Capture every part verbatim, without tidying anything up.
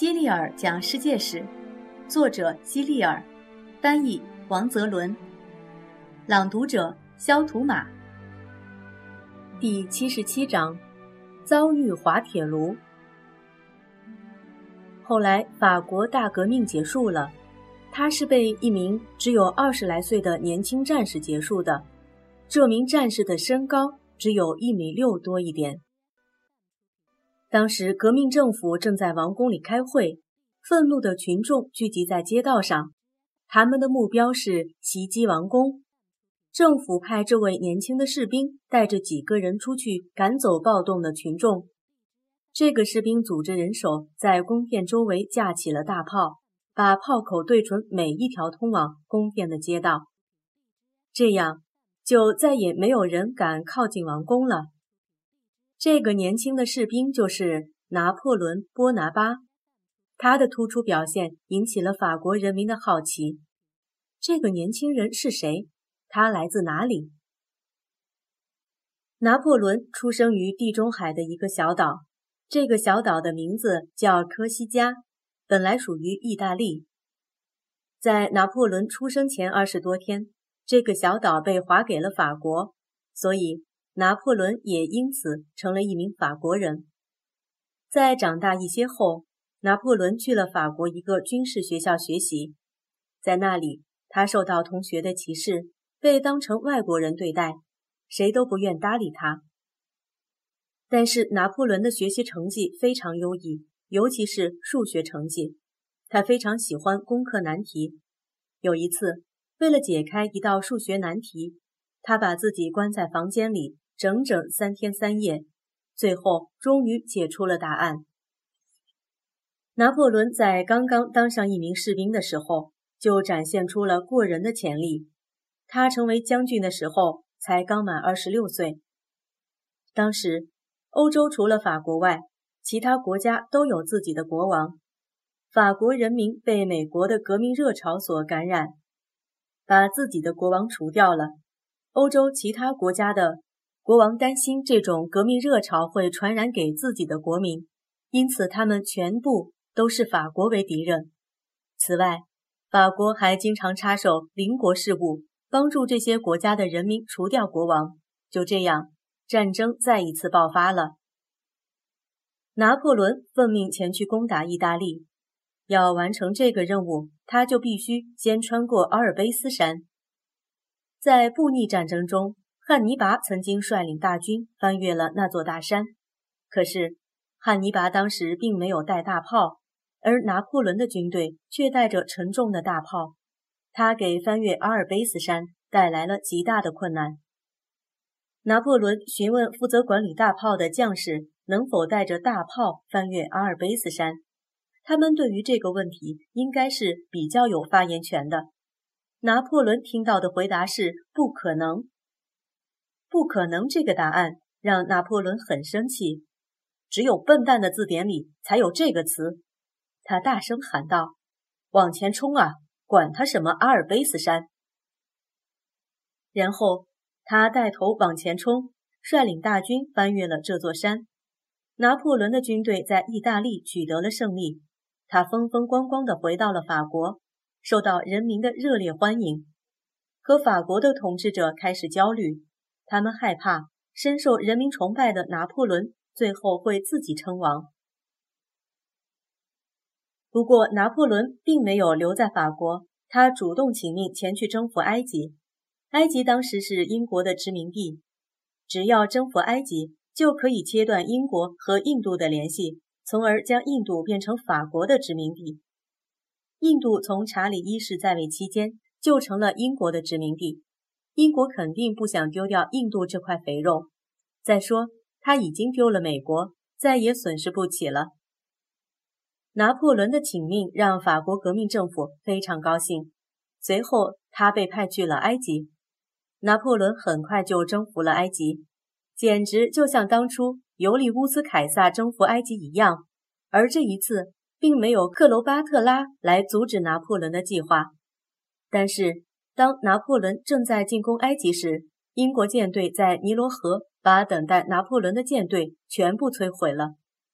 希利尔讲世界史，作者希利尔，翻译王泽伦，朗读者肖图马。第七十七章，遭遇滑铁卢。后来法国大革命结束了，它是被一名只有二十来岁的年轻战士结束的。这名战士的身高只有一米六多一点。当时革命政府正在王宫里开会，愤怒的群众聚集在街道上，他们的目标是袭击王宫。政府派这位年轻的士兵带着几个人出去赶走暴动的群众。这个士兵组织人手在宫殿周围架起了大炮，把炮口对准每一条通往宫殿的街道，这样就再也没有人敢靠近王宫了。这个年轻的士兵就是拿破仑·波拿巴，他的突出表现引起了法国人民的好奇。这个年轻人是谁？他来自哪里？拿破仑出生于地中海的一个小岛，这个小岛的名字叫科西嘉，本来属于意大利。在拿破仑出生前二十多天，这个小岛被划给了法国，所以拿破仑也因此成了一名法国人。在长大一些后，拿破仑去了法国一个军事学校学习，在那里他受到同学的歧视，被当成外国人对待，谁都不愿搭理他。但是拿破仑的学习成绩非常优异，尤其是数学成绩，他非常喜欢攻克难题。有一次，为了解开一道数学难题，他把自己关在房间里整整三天三夜，最后终于解出了答案。拿破仑在刚刚当上一名士兵的时候，就展现出了过人的潜力。他成为将军的时候才刚满二十六岁。当时欧洲除了法国外，其他国家都有自己的国王。法国人民被美国的革命热潮所感染，把自己的国王除掉了。欧洲其他国家的国王担心这种革命热潮会传染给自己的国民，因此他们全部都视法国为敌人。此外，法国还经常插手邻国事务，帮助这些国家的人民除掉国王。就这样，战争再一次爆发了。拿破仑奉命前去攻打意大利，要完成这个任务，他就必须先穿过阿尔卑斯山。在布匿战争中，汉尼拔曾经率领大军翻越了那座大山，可是汉尼拔当时并没有带大炮，而拿破仑的军队却带着沉重的大炮，他给翻越阿尔卑斯山带来了极大的困难。拿破仑询问负责管理大炮的将士能否带着大炮翻越阿尔卑斯山，他们对于这个问题应该是比较有发言权的。拿破仑听到的回答是不可能。不可能这个答案让拿破仑很生气，只有笨蛋的字典里才有这个词。他大声喊道：往前冲啊，管他什么阿尔卑斯山。然后他带头往前冲，率领大军翻越了这座山。拿破仑的军队在意大利取得了胜利，他风风光光地回到了法国，受到人民的热烈欢迎。可法国的统治者开始焦虑，他们害怕深受人民崇拜的拿破仑最后会自己称王。不过拿破仑并没有留在法国，他主动请命前去征服埃及。埃及当时是英国的殖民地，只要征服埃及，就可以切断英国和印度的联系，从而将印度变成法国的殖民地。印度从查理一世在位期间就成了英国的殖民地，英国肯定不想丢掉印度这块肥肉。再说，他已经丢了美国，再也损失不起了。拿破仑的请命让法国革命政府非常高兴，随后他被派去了埃及。拿破仑很快就征服了埃及，简直就像当初尤利乌斯凯撒征服埃及一样，而这一次并没有克罗巴特拉来阻止拿破仑的计划。但是当拿破仑正在进攻埃及时，英国舰队在尼罗河把等待拿破仑的舰队全部摧毁了。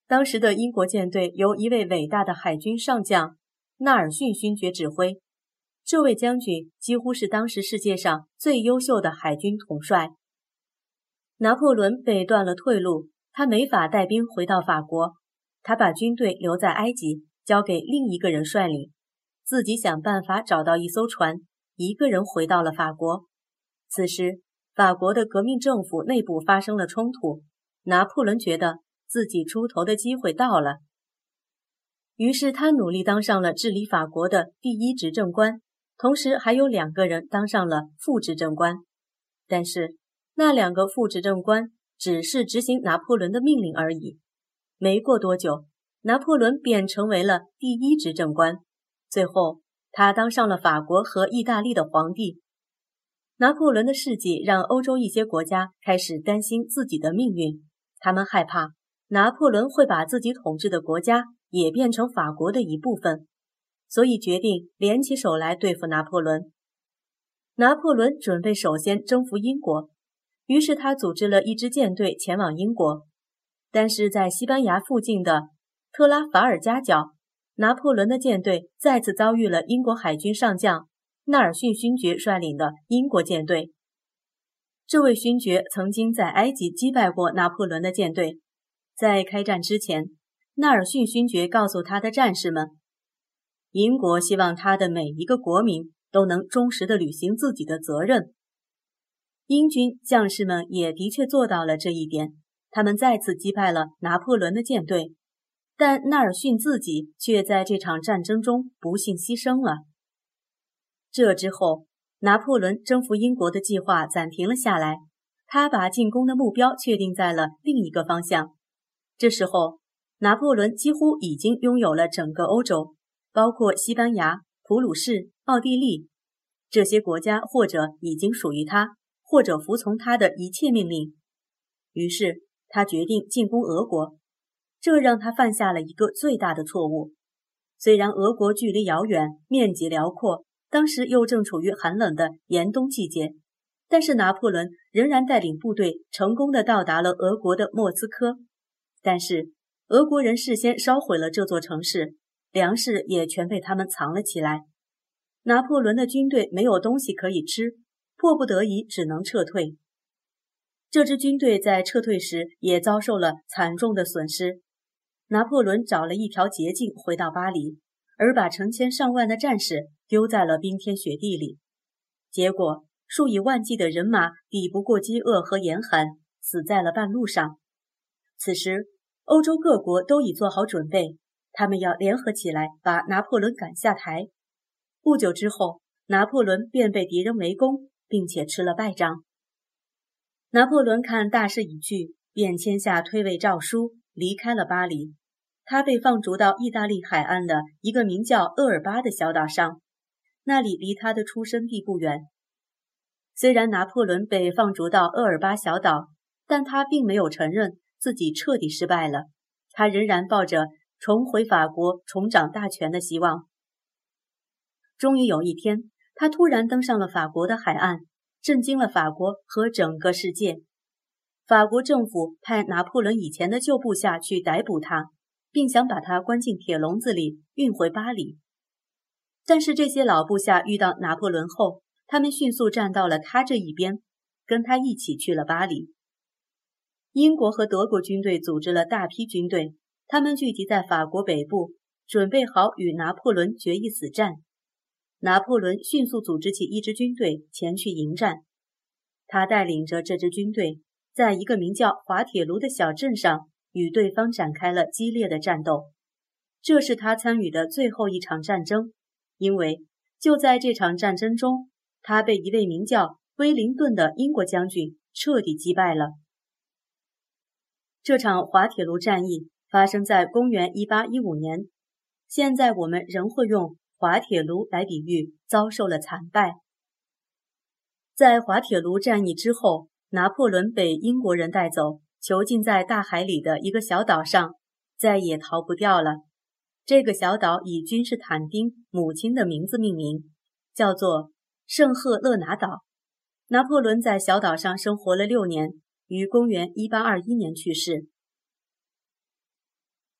当时的英国舰队由一位伟大的海军上将纳尔逊勋爵指挥，这位将军几乎是当时世界上最优秀的海军统帅。拿破仑被断了退路，他没法带兵回到法国，他把军队留在埃及，交给另一个人率领，自己想办法找到一艘船，一个人回到了法国。此时，法国的革命政府内部发生了冲突，拿破仑觉得自己出头的机会到了，于是他努力当上了治理法国的第一执政官，同时还有两个人当上了副执政官。但是那两个副执政官只是执行拿破仑的命令而已。没过多久，拿破仑便成为了第一执政官，最后他当上了法国和意大利的皇帝。拿破仑的事迹让欧洲一些国家开始担心自己的命运，他们害怕拿破仑会把自己统治的国家也变成法国的一部分，所以决定联起手来对付拿破仑。拿破仑准备首先征服英国，于是他组织了一支舰队前往英国，但是在西班牙附近的特拉法尔加角，拿破仑的舰队再次遭遇了英国海军上将纳尔逊勋爵率领的英国舰队。这位勋爵曾经在埃及击败过拿破仑的舰队。在开战之前，纳尔逊勋爵告诉他的战士们，英国希望他的每一个国民都能忠实地履行自己的责任。英军将士们也的确做到了这一点，他们再次击败了拿破仑的舰队，但纳尔逊自己却在这场战争中不幸牺牲了。这之后，拿破仑征服英国的计划暂停了下来，他把进攻的目标确定在了另一个方向。这时候，拿破仑几乎已经拥有了整个欧洲，包括西班牙、普鲁士、奥地利，这些国家或者已经属于他，或者服从他的一切命令。于是，他决定进攻俄国，这让他犯下了一个最大的错误。虽然俄国距离遥远，面积辽阔，当时又正处于寒冷的严冬季节，但是拿破仑仍然带领部队成功地到达了俄国的莫斯科。但是俄国人事先烧毁了这座城市，粮食也全被他们藏了起来。拿破仑的军队没有东西可以吃，迫不得已只能撤退。这支军队在撤退时也遭受了惨重的损失。拿破仑找了一条捷径回到巴黎，而把成千上万的战士丢在了冰天雪地里。结果，数以万计的人马抵不过饥饿和严寒，死在了半路上。此时，欧洲各国都已做好准备，他们要联合起来把拿破仑赶下台。不久之后，拿破仑便被敌人围攻，并且吃了败仗。拿破仑看大势已去，便签下退位诏书，离开了巴黎。他被放逐到意大利海岸的一个名叫厄尔巴的小岛上，那里离他的出生地不远。虽然拿破仑被放逐到厄尔巴小岛，但他并没有承认自己彻底失败了，他仍然抱着重回法国重掌大权的希望。终于有一天，他突然登上了法国的海岸，震惊了法国和整个世界。法国政府派拿破仑以前的旧部下去逮捕他，并想把他关进铁笼子里运回巴黎。但是这些老部下遇到拿破仑后，他们迅速站到了他这一边，跟他一起去了巴黎。英国和德国军队组织了大批军队，他们聚集在法国北部，准备好与拿破仑决一死战。拿破仑迅速组织起一支军队前去迎战，他带领着这支军队，在一个名叫滑铁卢的小镇上与对方展开了激烈的战斗。这是他参与的最后一场战争，因为就在这场战争中，他被一位名叫威灵顿的英国将军彻底击败了。这场滑铁卢战役发生在公元一八一五年，现在我们仍会用滑铁卢来比喻遭受了惨败。在滑铁卢战役之后，拿破仑被英国人带走，囚禁在大海里的一个小岛上，再也逃不掉了。这个小岛以君士坦丁母亲的名字命名，叫做圣赫勒拿岛。拿破仑在小岛上生活了六年，于公元一八二一年去世。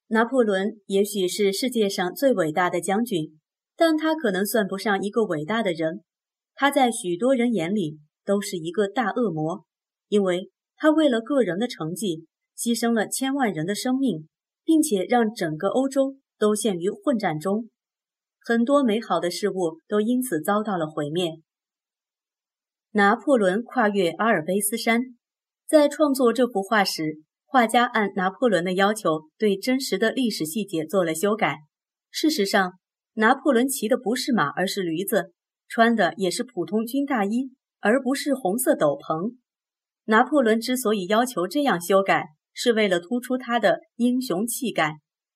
拿破仑也许是世界上最伟大的将军，但他可能算不上一个伟大的人。他在许多人眼里都是一个大恶魔，因为他为了个人的成绩，牺牲了千万人的生命，并且让整个欧洲都陷于混战中。很多美好的事物都因此遭到了毁灭。拿破仑跨越阿尔卑斯山，在创作这幅画时，画家按拿破仑的要求对真实的历史细节做了修改。事实上，拿破仑骑的不是马，而是驴子，穿的也是普通军大衣，而不是红色斗篷。拿破仑之所以要求这样修改，是为了突出他的英雄气概。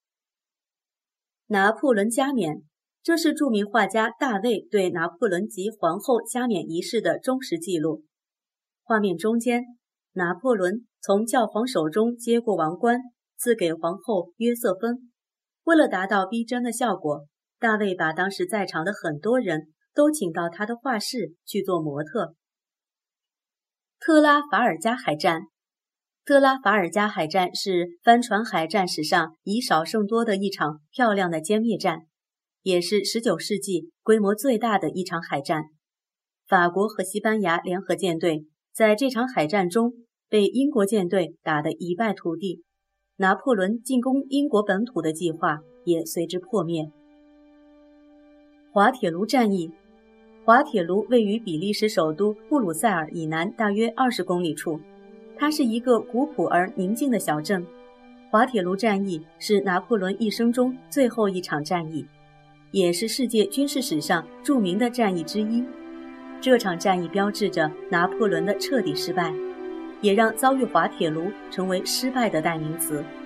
拿破仑加冕，这是著名画家大卫对拿破仑及皇后加冕仪式的忠实记录。画面中间，拿破仑从教皇手中接过王冠，赐给皇后约瑟芬。为了达到逼真的效果，大卫把当时在场的很多人都请到他的画室去做模特。特拉法尔加海战。特拉法尔加海战是帆船海战史上以少胜多的一场漂亮的歼灭战，也是十九世纪规模最大的一场海战。法国和西班牙联合舰队在这场海战中被英国舰队打得一败涂地，拿破仑进攻英国本土的计划也随之破灭。滑铁卢战役。滑铁卢位于比利时首都布鲁塞尔以南大约二十公里处，它是一个古朴而宁静的小镇。滑铁卢战役是拿破仑一生中最后一场战役，也是世界军事史上著名的战役之一。这场战役标志着拿破仑的彻底失败，也让遭遇滑铁卢成为失败的代名词。